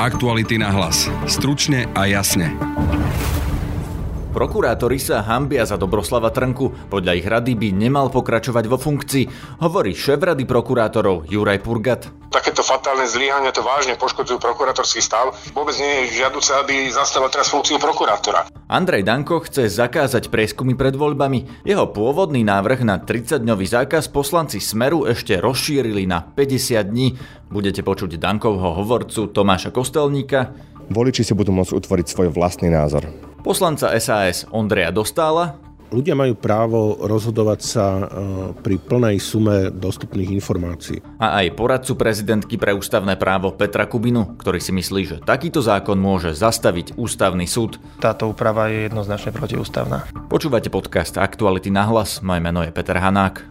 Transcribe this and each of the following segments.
Aktuality na hlas. Stručne a jasne. Prokurátori sa hanbia za Dobroslava Trnku. Podľa ich rady by nemal pokračovať vo funkcii, hovorí šéf rady prokurátorov Juraj Purgat. Takéto fatálne zlyhania to vážne poškodzujú prokurátorský stav. Vôbec nie je žiaduce, aby zastával teraz funkciu prokurátora. Andrej Danko chce zakázať prieskumy pred voľbami. Jeho pôvodný návrh na 30-dňový zákaz poslanci Smeru ešte rozšírili na 50 dní. Budete počuť Dankovho hovorcu Tomáša Kostelníka. Voliči si budú môcť utvoriť svoj vlastný názor. Poslanca SAS Ondreja Dostála. Ľudia majú právo rozhodovať sa pri plnej sume dostupných informácií. A aj poradcu prezidentky pre ústavné právo Petra Kubinu, ktorý si myslí, že takýto zákon môže zastaviť ústavný súd. Táto úprava je jednoznačne protiústavná. Počúvate podcast Aktuality na hlas. Moje meno je Peter Hanák.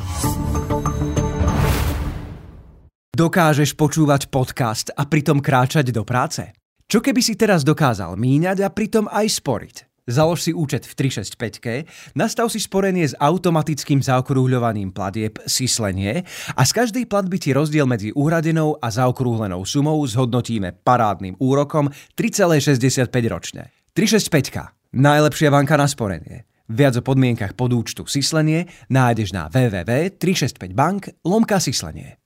Dokážeš počúvať podcast a pritom kráčať do práce? Čo keby si teraz dokázal míňať a pritom aj sporiť? Založ si účet v 365, nastav si sporenie s automatickým zaokrúhľovaním platieb Syslenie a z každej platby ti rozdiel medzi uhradenou a zaokrúhlenou sumou zhodnotíme parádnym úrokom 3,65 ročne. 365, najlepšia banka na sporenie. Viac o podmienkach podúčtu Syslenie nájdeš na www.365bank/Syslenie.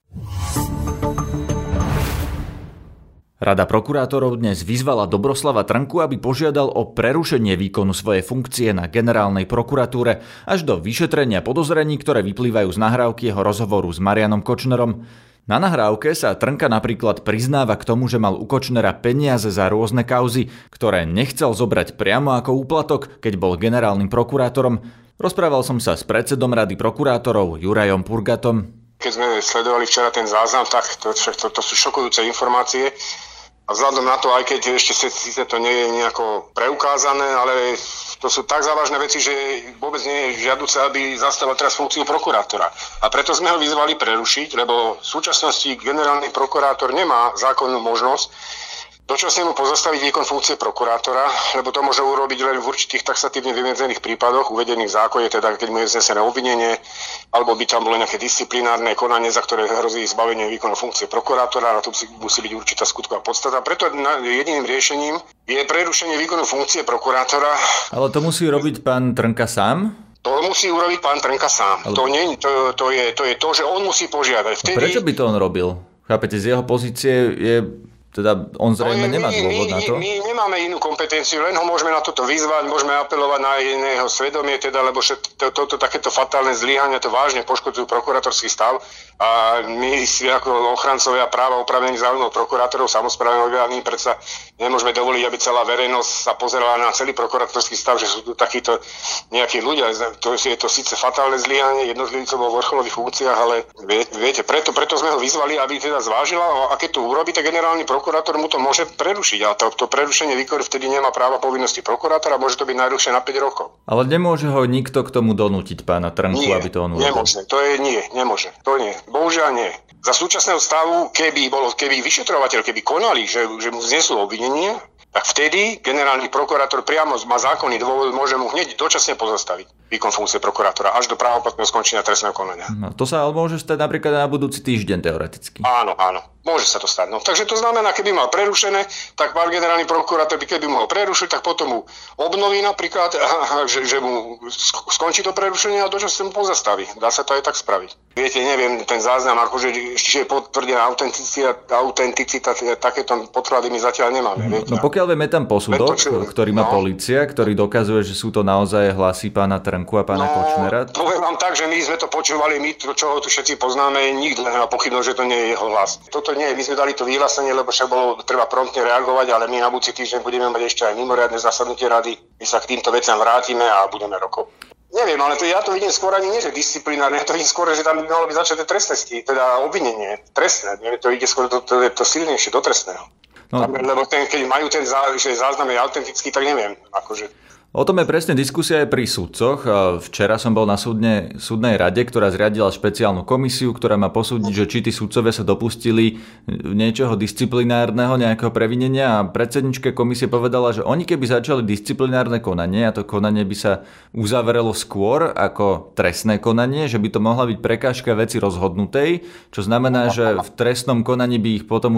Rada prokurátorov dnes vyzvala Dobroslava Trnku, aby požiadal o prerušenie výkonu svojej funkcie na generálnej prokuratúre až do vyšetrenia podozrení, ktoré vyplývajú z nahrávky jeho rozhovoru s Marianom Kočnerom. Na nahrávke sa Trnka napríklad priznáva k tomu, že mal u Kočnera peniaze za rôzne kauzy, ktoré nechcel zobrať priamo ako úplatok, keď bol generálnym prokurátorom. Rozprával som sa s predsedom Rady prokurátorov Jurajom Purgatom. Keď sme sledovali včera ten záznam, tak to sú šokujúce informácie. A vzhľadom na to, aj keď ešte síce to nie je nejako preukázané, ale to sú tak závažné veci, že vôbec nie je žiaduce, aby zastával teraz funkciu prokurátora. A preto sme ho vyzvali prerušiť, lebo v súčasnosti generálny prokurátor nemá zákonnú možnosť dočasne mu pozastaviť výkon funkcie prokurátora, lebo to môže urobiť len v určitých taxatívne vymedzených prípadoch, uvedených v zákone, teda keď mu je vznesené obvinenie, alebo by tam bolo nejaké disciplinárne konanie, za ktoré hrozí zbavenie výkonu funkcie prokurátora, na to musí byť určitá skutková podstata. Preto jediným riešením je prerušenie výkonu funkcie prokurátora. Ale to musí robiť pán Trnka sám? To musí urobiť pán Trnka sám. Ale... To je to, že on musí požiadať. Vtedy... Prečo by to on robil? Chápete, z jeho pozície je... Teda on zrejme nemá dôvod na to? My nemáme inú kompetenciu, len ho môžeme na toto vyzvať, môžeme apelovať na jeho svedomie, teda, lebo takéto fatálne zlyhania to vážne poškodzujú prokurátorský stav a my si ako ochrancovia práva oprávnených záujmov prokurátorov, samosprávnych orgánov predsa nemôžeme dovoliť, aby celá verejnosť sa pozerala na celý prokurátorský stav, že sú tu takíto nejakí ľudia. Je to síce fatálne zlyhanie jednotlivcov vo vrcholových funkciách, ale viete, preto sme ho vyzvali, aby teda zvážila, a keď to urobí, tak generálny prokurátor mu to môže prerušiť, ale to prerušenie výkonu vtedy nemá práva povinnosti prokurátora, môže to byť najdlhšie na 5 rokov. Ale nemôže ho nikto k tomu donútiť, pána Trnku, aby to on urobil? Nemôže, nemôže, to nie, bohužiaľ nie. Za súčasného stavu, keby vyšetrovateľ, keby konali, že mu vznesú obvinenie, tak vtedy generálny prokurátor priamo má zákonný dôvod, môže mu hneď dočasne pozastaviť výkon funkcie prokurátora až do právoplatného skončenia trestného konania. No, to sa ale môže stať napríklad na budúci týždeň teoreticky. Áno, môže sa to stať. No, takže to znamená, keby mal prerušené, tak pán generálny prokurátor, keby mu ho prerušil, tak potom mu obnoví napríklad, že mu skončí to prerušenie a dočasne mu pozastaví. Dá sa to aj tak spraviť. Viete, neviem, ten záznam, akože ešte je potvrdená autenticita, takéto podklady my zatiaľ nemáme. No pokiaľ vieme, tam posudok, ktorý má polícia, ktorý dokazuje, že sú to naozaj hlasy pána Trnku a pána Kočnera. Poviem vám tak, že my sme to počúvali, čo ho tu všetci poznáme, nikto nemá pochybnosť, že to nie je jeho hlas. Toto nie, my sme dali to vyhlásenie, lebo však bolo treba promptne reagovať, ale my na budúci týždeň budeme mať ešte aj mimoriadne zasadnutie rady. My sa k týmto veciam vrátime a budeme rokovať. Neviem, ale ja to vidím skôr ani nie, že disciplinárne, ja to vidím skôr, že tam by malo byť začaté trestnosti, teda obvinenie, trestné, to ide skôr to silnejšie, do trestného. No. Lebo keď majú že záznam je autentický, tak neviem, akože... O tom je presne diskusia aj pri sudcoch. Včera som bol na súdnej rade, ktorá zriadila špeciálnu komisiu, ktorá má posúdiť, že či tí sudcovia sa dopustili niečoho disciplinárneho, nejakého previnenia, a predsednička komisie povedala, že oni keby začali disciplinárne konanie, a to konanie by sa uzavrelo skôr ako trestné konanie, že by to mohla byť prekážka veci rozhodnutej, čo znamená, že v trestnom konaní by ich potom už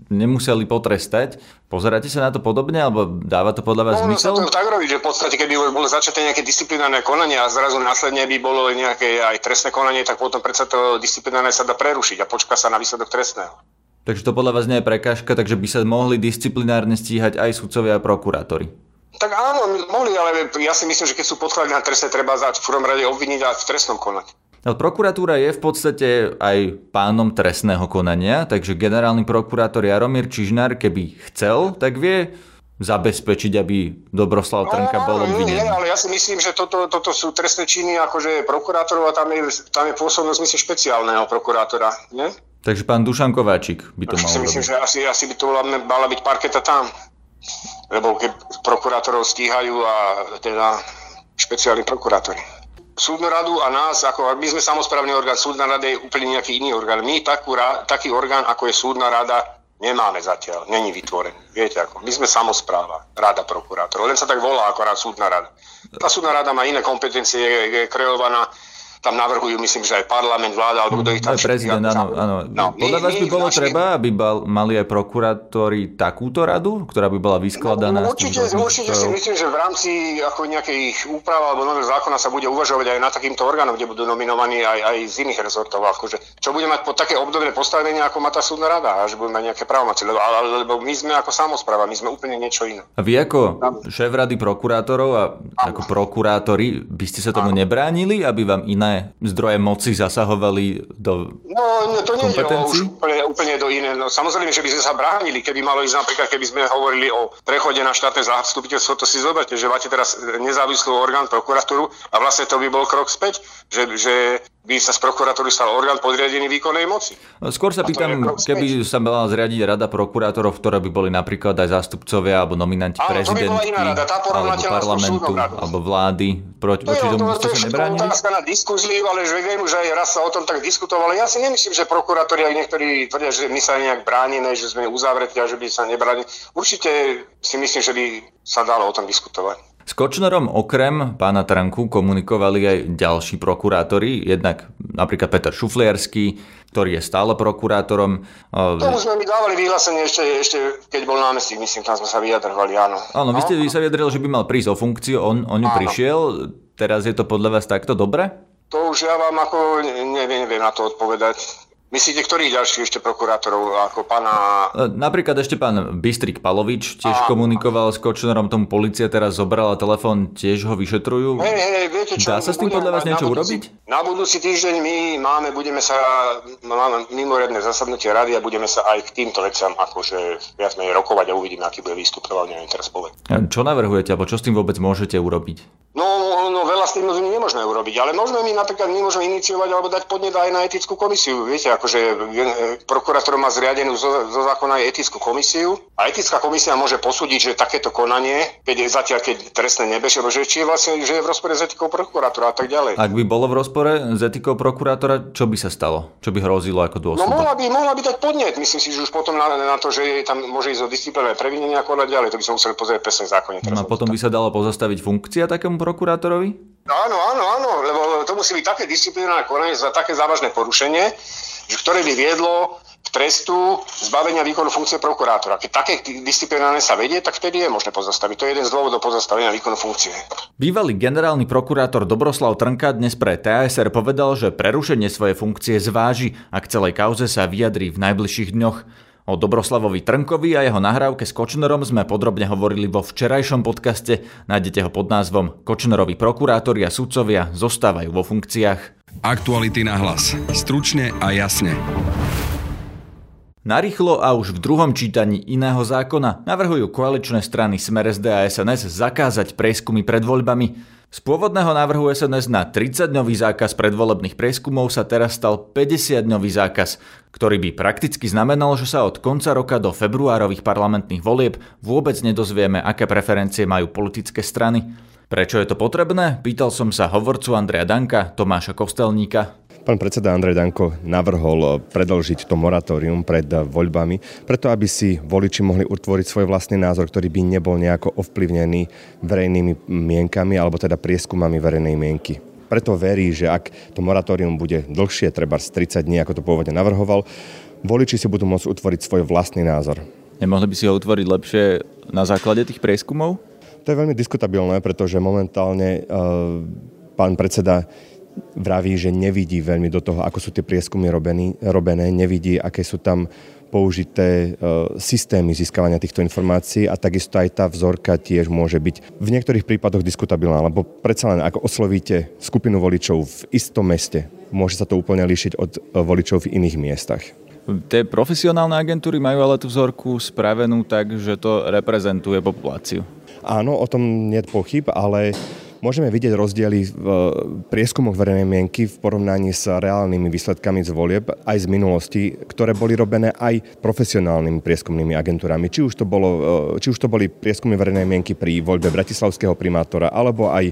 nemuseli potrestať. Pozeráte sa na to podobne, alebo dáva to podľa vás zmysel? No, sa to tak robiť, že v podstate, keby bolo začaté nejaké disciplinárne konanie a zrazu následne by bolo nejaké aj trestné konanie, tak potom predsa to disciplinárne sa dá prerušiť a počká sa na výsledok trestného. Takže to podľa vás nie je prekážka, takže by sa mohli disciplinárne stíhať aj sudcovia a prokurátori? Tak áno, mohli, ale ja si myslím, že keď sú podklady na trestné, treba v prvom rade obviniť a v trestnom konaní. Prokuratúra je v podstate aj pánom trestného konania, takže generálny prokurátor Jaromír Čižnár, keby chcel, tak vie zabezpečiť, aby Dobroslav Trnka bol obvinený. Nie, ale ja si myslím, že toto sú trestné činy akože prokurátorov a tam je pôsobnosť myslím špeciálneho prokurátora, nie? Takže pán Dušan Kováčik by to mal robiť. Myslím, že asi by to mala byť parketa tam, lebo keď prokurátorov stíhajú a teda špeciálni prokurátori. Súdnu radu a nás, ako my sme samosprávny orgán, súdna rada je úplne nejaký iný orgán. My taký orgán, ako je súdna rada, nemáme zatiaľ, není vytvorený. Viete ako, my sme samospráva, rada prokurátorov, len sa tak volá ako súdna rada. Tá súdna rada má iné kompetencie, je kreovaná, tam navrhujú, myslím, že aj parlament, vláda, alebo kto ich tam... Prezident, áno. No, podľa vás by bolo treba, aby mali aj prokurátori takúto radu, ktorá by bola vyskladaná? No, určite si myslím, že v rámci ako nejakých úprav alebo nového zákona sa bude uvažovať aj na takýmto orgánom, kde budú nominovaní aj z iných rezortov. Akože, čo bude mať také obdobné postavenie, ako má tá súdna rada, a že budú mať nejaké právomoci. Lebo my sme ako samospráva, my sme úplne niečo iné. A vy ako šéf rady prokurátorov a ako prokurátori by ste sa tomu nebránili, aby vám iné zdroje moci zasahovali do kompetencií? No to nie je úplne do iné. No, samozrejme, že by sme sa bránili, keby malo ísť napríklad, keby sme hovorili o prechode na štátne zastupiteľstvo, to si zoberte, že máte teraz nezávislý orgán prokuratúru a vlastne to by bol krok späť, že by sa z prokuratúry stal orgán podriadený výkonnej moci. Skôr sa pýtam, keby sa mala zriadiť rada prokurátorov, ktoré by boli napríklad aj zástupcovia alebo nominanti prezidentky, alebo parlamentu, alebo vlády. Proti tomu ste sa nebránili? To je otázka na diskuziu, ale že viem, že aj raz sa o tom tak diskutovalo. Ja si nemyslím, že prokurátori, aj niektorí tvrdia, že my sa nejak bránime, že sme uzavretí a že by sa nebránili. Určite si myslím, že by sa dalo o tom diskutovať. S Kočnerom okrem pána Trnku komunikovali aj ďalší prokurátori, jednak napríklad Peter Šufliarský, ktorý je stále prokurátorom. Tomu sme mi dávali vyhlásenie ešte keď bol námestník, myslím, tam sme sa vyjadrovali, áno. Áno, vy ste sa vyjadrili, že by mal prísť o funkciu, on ňu prišiel, teraz je to podľa vás takto dobre? To už ja vám ako neviem na to odpovedať. Myslíte, ktorých ďalších ešte prokurátorov, ako pána... Napríklad ešte pán Bystrik Palovič tiež komunikoval s Kočnerom, tomu polícia teraz zobrala telefón, tiež ho vyšetrujú. Viete čo? Dá sa s tým podľa vás niečo urobiť? Na budúci týždeň máme mimoriadne zasadnutie rady a budeme sa aj k týmto veciam akože viac menej rokovať a uvidíme, aký bude výstup, neviem teraz povedať. Čo navrhujete, alebo čo s tým vôbec môžete urobiť? No veľa s tým nemôžeme urobiť, ale môžeme môžeme iniciovať alebo dať podnet aj na etickú komisiu. Viete, akože prokurátor má zriadenú zo zákona aj etickú komisiu a etická komisia môže posúdiť, že takéto konanie, keď trestné nebeží, že je v rozpore s etikou prokurátora a tak ďalej. Ak by bolo v rozpore s etikou prokurátora, čo by sa stalo? Čo by hrozilo ako dôsledok? No mohla by dať podnet, myslím si, že už potom na to, že tam môže ísť o disciplinárne previnenie a konať ďalej, to by sme museli pozrieť presne zákone. No a potom by sa dala pozastaviť funkcia takému prokurátorovi? Áno, lebo to musí byť také disciplinárne konanie za také závažné porušenie, ktoré by viedlo k trestu zbavenia výkonu funkcie prokurátora. Keď také disciplinárne sa vedie, tak vtedy je možné pozastaviť. To je jeden z dôvodov pozastavenia výkonu funkcie. Bývalý generálny prokurátor Dobroslav Trnka dnes pre TASR povedal, že prerušenie svojej funkcie zváži, ak celej kauze sa vyjadrí v najbližších dňoch. O Dobroslavovi Trnkovi a jeho nahrávke s Kočnerom sme podrobne hovorili vo včerajšom podcaste. Nájdete ho pod názvom Kočnerovi prokurátori a sudcovia zostávajú vo funkciách. Aktuality na hlas. Stručne a jasne. Narýchlo a už v druhom čítaní iného zákona navrhujú koaličné strany Smer-SD a SNS zakázať prieskumy pred voľbami. Z pôvodného návrhu SNS na 30-dňový zákaz predvolebných prieskumov sa teraz stal 50-dňový zákaz, ktorý by prakticky znamenal, že sa od konca roka do februárových parlamentných volieb vôbec nedozvieme, aké preferencie majú politické strany. Prečo je to potrebné? Pýtal som sa hovorcu Andreja Danka, Tomáša Kostelníka. Pán predseda Andrej Danko navrhol predĺžiť to moratórium pred voľbami, preto aby si voliči mohli utvoriť svoj vlastný názor, ktorý by nebol nejako ovplyvnený verejnými mienkami alebo teda prieskumami verejnej mienky. Preto verí, že ak to moratórium bude dlhšie, treba z 30 dní, ako to pôvodne navrhoval, voliči si budú môcť utvoriť svoj vlastný názor. Nemohli by si ho utvoriť lepšie na základe tých prieskumov? To je veľmi diskutabilné, pretože momentálne pán predseda vraví, že nevidí veľmi do toho, ako sú tie prieskumy robené, nevidí, aké sú tam použité systémy získavania týchto informácií a takisto aj tá vzorka tiež môže byť v niektorých prípadoch diskutabilná, lebo predsa len ako oslovíte skupinu voličov v istom meste, môže sa to úplne líšiť od voličov v iných miestach. Tie profesionálne agentúry majú ale tú vzorku spravenú tak, že to reprezentuje populáciu. Áno, o tom nie je pochyb, ale môžeme vidieť rozdiely v prieskumoch verejnej mienky v porovnaní s reálnymi výsledkami z volieb aj z minulosti, ktoré boli robené aj profesionálnymi prieskumnými agentúrami. Či už to boli prieskumy verejnej mienky pri voľbe bratislavského primátora alebo aj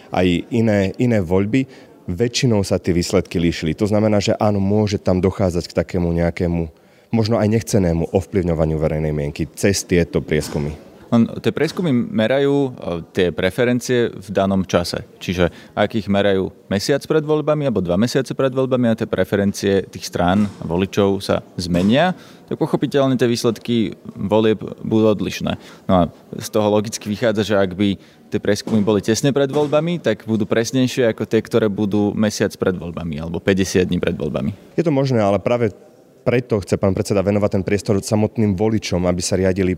iné voľby. Väčšinou sa tie výsledky líšili. To znamená, že áno, môže tam dochádzať k takému nejakému, možno aj nechcenému ovplyvňovaniu verejnej mienky cez tieto prieskumy. Tie prieskumy merajú tie preferencie v danom čase. Čiže ak ich merajú mesiac pred voľbami alebo 2 mesiace pred voľbami a tie preferencie tých strán a voličov sa zmenia, tak pochopiteľne tie výsledky volieb budú odlišné. No a z toho logicky vychádza, že ak by tie prieskumy boli tesne pred voľbami, tak budú presnejšie ako tie, ktoré budú mesiac pred voľbami alebo 50 dní pred voľbami. Je to možné, ale práve preto chce pán predseda venovať ten priestor samotným voličom, aby sa riadili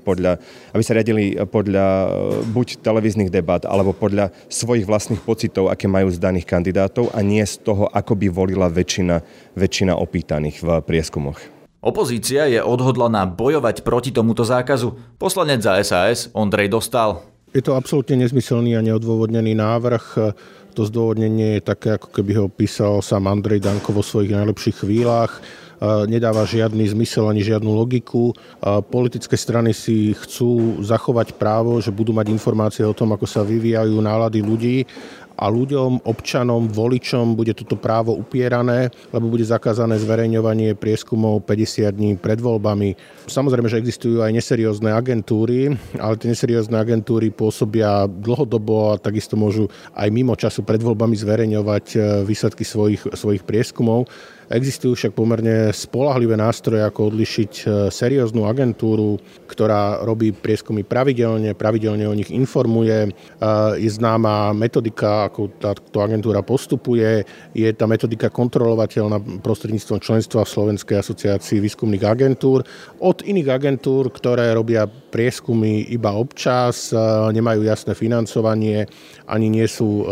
podľa buď televíznych debát, alebo podľa svojich vlastných pocitov, aké majú z daných kandidátov a nie z toho, ako by volila väčšina opýtaných v prieskumoch. Opozícia je odhodlaná bojovať proti tomuto zákazu. Poslanec za SAS Ondrej Dostál. Je to absolútne nezmyselný a neodôvodnený návrh. To zdôvodnenie je také, ako keby ho písal sám Andrej Danko vo svojich najlepších chvíľach. Nedáva žiadny zmysel ani žiadnu logiku. Politické strany si chcú zachovať právo, že budú mať informácie o tom, ako sa vyvíjajú nálady ľudí a ľuďom, občanom, voličom bude toto právo upierané, lebo bude zakázané zverejňovanie prieskumov 50 dní pred voľbami. Samozrejme, že existujú aj neseriózne agentúry, ale tie neseriózne agentúry pôsobia dlhodobo a takisto môžu aj mimo času pred voľbami zverejňovať výsledky svojich prieskumov. Existujú však pomerne spoľahlivé nástroje, ako odlišiť serióznu agentúru, ktorá robí prieskumy pravidelne o nich informuje. Je známa metodika, ako táto agentúra postupuje. Je tá metodika kontrolovateľná prostredníctvom členstva v Slovenskej asociácii výskumných agentúr. Od iných agentúr, ktoré robia prieskumy iba občas, nemajú jasné financovanie, ani nie sú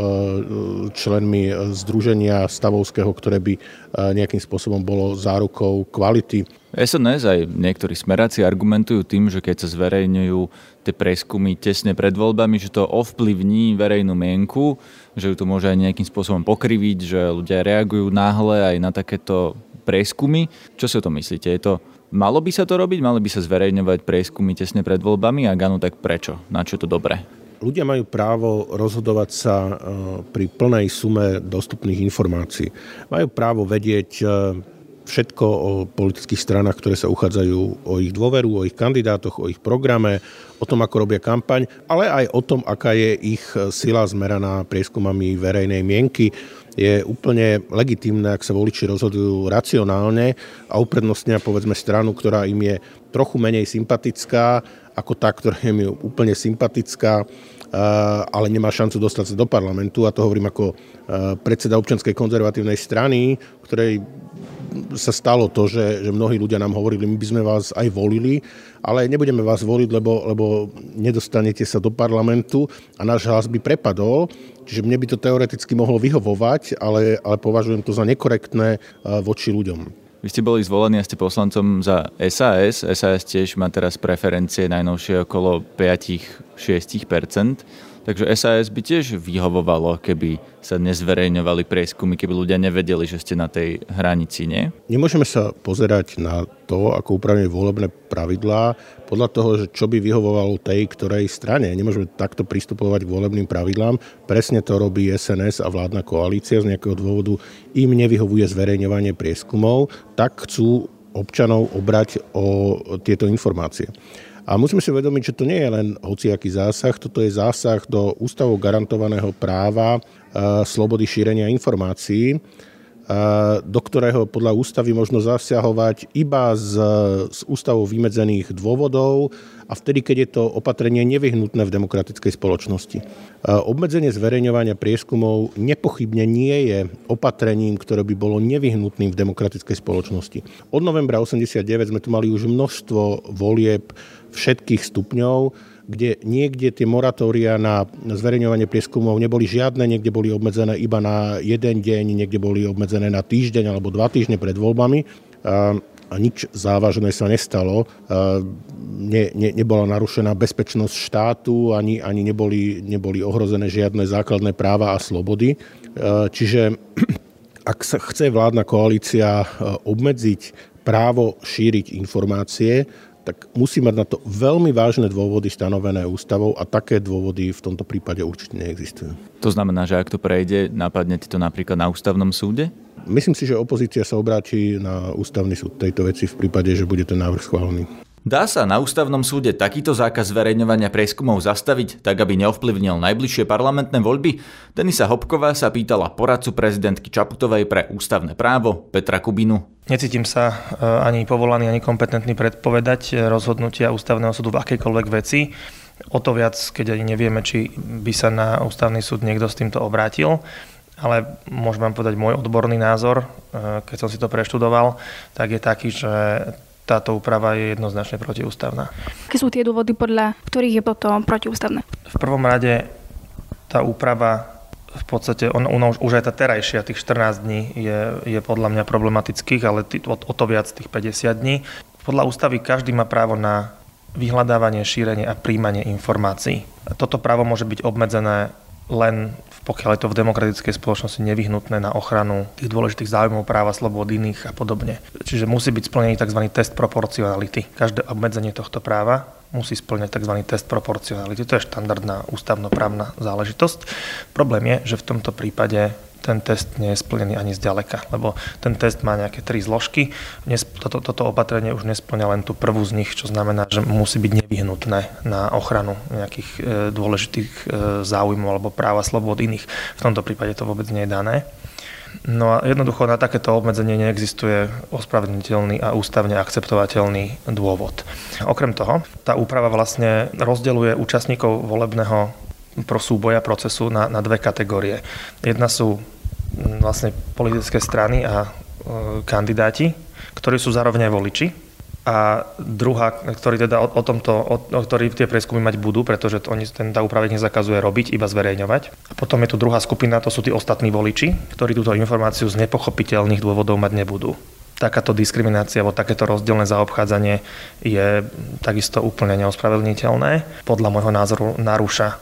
členmi združenia stavovského, ktoré by nejakým spôsobom bolo zárukou kvality. SNS aj niektorí smeráci argumentujú tým, že keď sa zverejňujú tie prieskumy tesne pred voľbami, že to ovplyvní verejnú mienku, že ju to môže aj nejakým spôsobom pokriviť, že ľudia reagujú náhle aj na takéto prieskumy. Čo si o tom myslíte? Malo by sa to robiť? Mali by sa zverejňovať prieskumy tesne pred voľbami? A áno, tak prečo? Na čo je to dobré? Ľudia majú právo rozhodovať sa pri plnej sume dostupných informácií. Majú právo vedieť všetko o politických stranách, ktoré sa uchádzajú o ich dôveru, o ich kandidátoch, o ich programe, o tom, ako robia kampaň, ale aj o tom, aká je ich sila zmeraná prieskumami verejnej mienky. Je úplne legitímne, ak sa voliči rozhodujú racionálne a uprednostnia, povedzme, stranu, ktorá im je trochu menej sympatická, ako tá, ktorá je mi úplne sympatická, ale nemá šancu dostať sa do parlamentu. A to hovorím ako predseda Občianskej konzervatívnej strany, ktorej sa stalo to, že mnohí ľudia nám hovorili, my by sme vás aj volili, ale nebudeme vás voliť, lebo nedostanete sa do parlamentu a náš hlas by prepadol. Čiže mne by to teoreticky mohlo vyhovovať, ale považujem to za nekorektné voči ľuďom. Vy ste boli zvolení a ste poslancom za SAS. SAS tiež má teraz preferencie najnovšie okolo 5-6%. Takže SAS by tiež vyhovovalo, keby sa nezverejňovali prieskumy, keby ľudia nevedeli, že ste na tej hranici, nie? Nemôžeme sa pozerať na to, ako upravíme volebné pravidlá podľa toho, že čo by vyhovovalo tej ktorej strane. Nemôžeme takto pristupovať k volebným pravidlám. Presne to robí SNS a vládna koalícia. Z nejakého dôvodu im nevyhovuje zverejňovanie prieskumov, tak chcú občanov obrať o tieto informácie. A musíme si uvedomiť, že to nie je len hociaký zásah, toto je zásah do ústavou garantovaného práva slobody šírenia informácií. do ktorého podľa ústavy možno zasťahovať iba z ústavou vymedzených dôvodov a vtedy, keď je to opatrenie nevyhnutné v demokratickej spoločnosti. Obmedzenie zverejňovania prieskumov nepochybne nie je opatrením, ktoré by bolo nevyhnutným v demokratickej spoločnosti. Od novembra 1989 sme tu mali už množstvo volieb všetkých stupňov, kde niekde tie moratória na zverejňovanie prieskumov neboli žiadne, niekde boli obmedzené iba na jeden deň, niekde boli obmedzené na týždeň alebo 2 týždne pred voľbami a nič závažné sa nestalo. Nebola narušená bezpečnosť štátu, ani neboli ohrozené žiadne základné práva a slobody. Čiže ak sa chce vládna koalícia obmedziť právo šíriť informácie, tak musí mať na to veľmi vážne dôvody stanovené ústavou a také dôvody v tomto prípade určite neexistujú. To znamená, že ak to prejde, napadnete to napríklad na ústavnom súde? Myslím si, že opozícia sa obráti na ústavný súd tejto veci v prípade, že bude ten návrh schválený. Dá sa na ústavnom súde takýto zákaz zverejňovania prieskumov zastaviť, tak aby neovplyvnil najbližšie parlamentné voľby? Denisa Hopková sa pýtala poradcu prezidentky Čaputovej pre ústavné právo Petra Kubinu. Necítim sa ani povolaný, ani kompetentný predpovedať rozhodnutia ústavného súdu v akejkoľvek veci. O to viac, keď ani nevieme, či by sa na ústavný súd niekto s týmto obrátil. Ale môžem vám povedať môj odborný názor, keď som si to preštudoval, tak je taký, že táto úprava je jednoznačne protiústavná. Aké sú tie dôvody, podľa ktorých je potom protiústavné? V prvom rade tá úprava v podstate, už aj tá terajšia, tých 14 dní je podľa mňa problematických, ale o to viac tých 50 dní. Podľa ústavy každý má právo na vyhľadávanie, šírenie a príjmanie informácií. Toto právo môže byť obmedzené len pokiaľ je to v demokratickej spoločnosti nevyhnutné na ochranu tých dôležitých záujmov, práva, slobod iných a podobne. Čiže musí byť splnený tzv. Test proporcionality. Každé obmedzenie tohto práva musí splňať tzv. Test proporcionality. To je štandardná ústavnoprávna záležitosť. Problém je, že v tomto prípade ten test nie je splnený ani zďaleka, lebo ten test má nejaké 3 zložky. Toto opatrenie už nesplňa len tú prvú z nich, čo znamená, že musí byť nevyhnutné na ochranu nejakých dôležitých záujmov alebo práv a slobod iných. V tomto prípade to vôbec nie je dané. No a jednoducho na takéto obmedzenie neexistuje ospravedlniteľný a ústavne akceptovateľný dôvod. Okrem toho, tá úprava vlastne rozdeľuje účastníkov volebného súboja procesu na 2 kategórie. Jedna sú vlastne politické strany a kandidáti, ktorí sú zároveň aj voliči. A druhá, ktorí teda ktorí tie prieskumy mať budú, pretože tá úprava nezakazuje robiť, iba zverejňovať. A potom je tu druhá skupina, to sú tí ostatní voliči, ktorí túto informáciu z nepochopiteľných dôvodov mať nebudú. Takáto diskriminácia alebo takéto rozdielne zaobchádzanie je takisto úplne neospravedlniteľné. Podľa môjho názoru narúša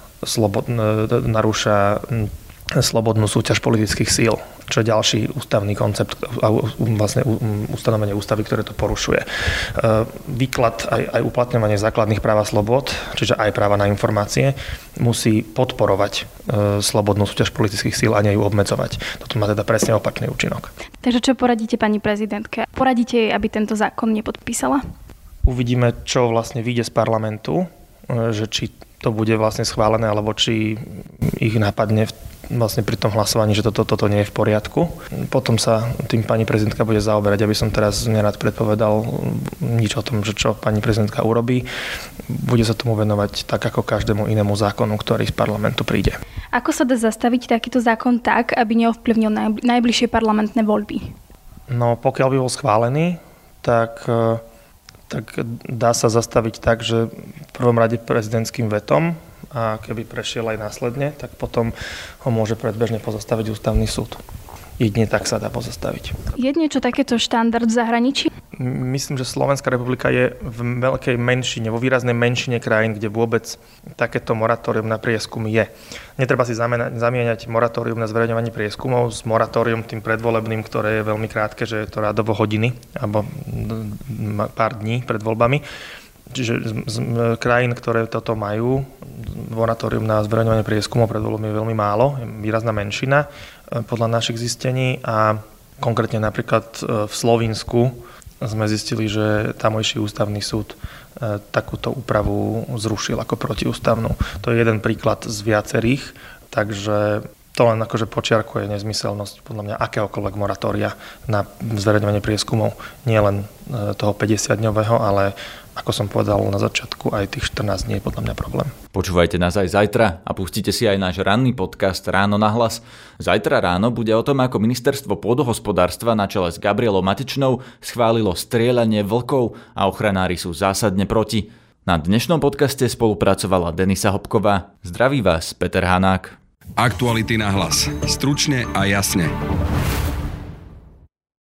slobodnú súťaž politických síl, čo je ďalší ústavný koncept a vlastne ustanovenie ústavy, ktoré to porušuje. Výklad aj uplatňovanie základných práv a slobod, čiže aj práva na informácie, musí podporovať slobodnú súťaž politických síl a nie ju obmedzovať. Toto má teda presne opačný účinok. Takže čo poradíte pani prezidentke? Poradíte jej, aby tento zákon nepodpísala? Uvidíme, čo vlastne vyjde z parlamentu, že či to bude vlastne schválené, alebo či ich napadne vlastne pri tom hlasovaní, že toto nie je v poriadku. Potom sa tým pani prezidentka bude zaoberať, aby som teraz nerad predpovedal nič o tom, že čo pani prezidentka urobí. Bude sa tomu venovať tak, ako každému inému zákonu, ktorý z parlamentu príde. Ako sa dá zastaviť takýto zákon tak, aby neovplyvnil najbližšie parlamentné voľby? No, pokiaľ by bol schválený, tak dá sa zastaviť tak, že v prvom rade prezidentským vetom a keby prešiel aj následne, tak potom ho môže predbežne pozastaviť ústavný súd. Jedine tak sa dá pozastaviť. Je niečo takéto štandard v zahraničí? Myslím, že Slovenská republika je v veľkej menšine, vo výraznej menšine krajín, kde vôbec takéto moratórium na prieskumy je. Netreba si zamieňať moratórium na zverejňovanie prieskumov s moratórium tým predvolebným, ktoré je veľmi krátke, že je to rádovo hodiny alebo pár dní pred voľbami. Čiže z krajín, ktoré toto majú, moratórium na zverejňovanie prieskumov pred voľbami je veľmi málo, je výrazná menšina podľa našich zistení a konkrétne napríklad v Slovinsku sme zistili, že tamojší ústavný súd takúto úpravu zrušil ako protiústavnú. To je jeden príklad z viacerých, takže to len akože počiarkuje nezmyselnosť podľa mňa akéhokoľvek moratória na zverejňovanie prieskumov. Nie len toho 50-dňového, ale ako som povedal na začiatku, aj tých 14 dní je podľa mňa problém. Počúvajte nás aj zajtra a pustite si aj náš ranný podcast Ráno na hlas. Zajtra ráno bude o tom, ako ministerstvo pôdohospodárstva na čele s Gabrielou Matičnou schválilo strieľanie vlkov a ochranári sú zásadne proti. Na dnešnom podcaste spolupracovala Denisa Hopková. Zdraví vás Peter Hanák. Aktuality na hlas. Stručne a jasne.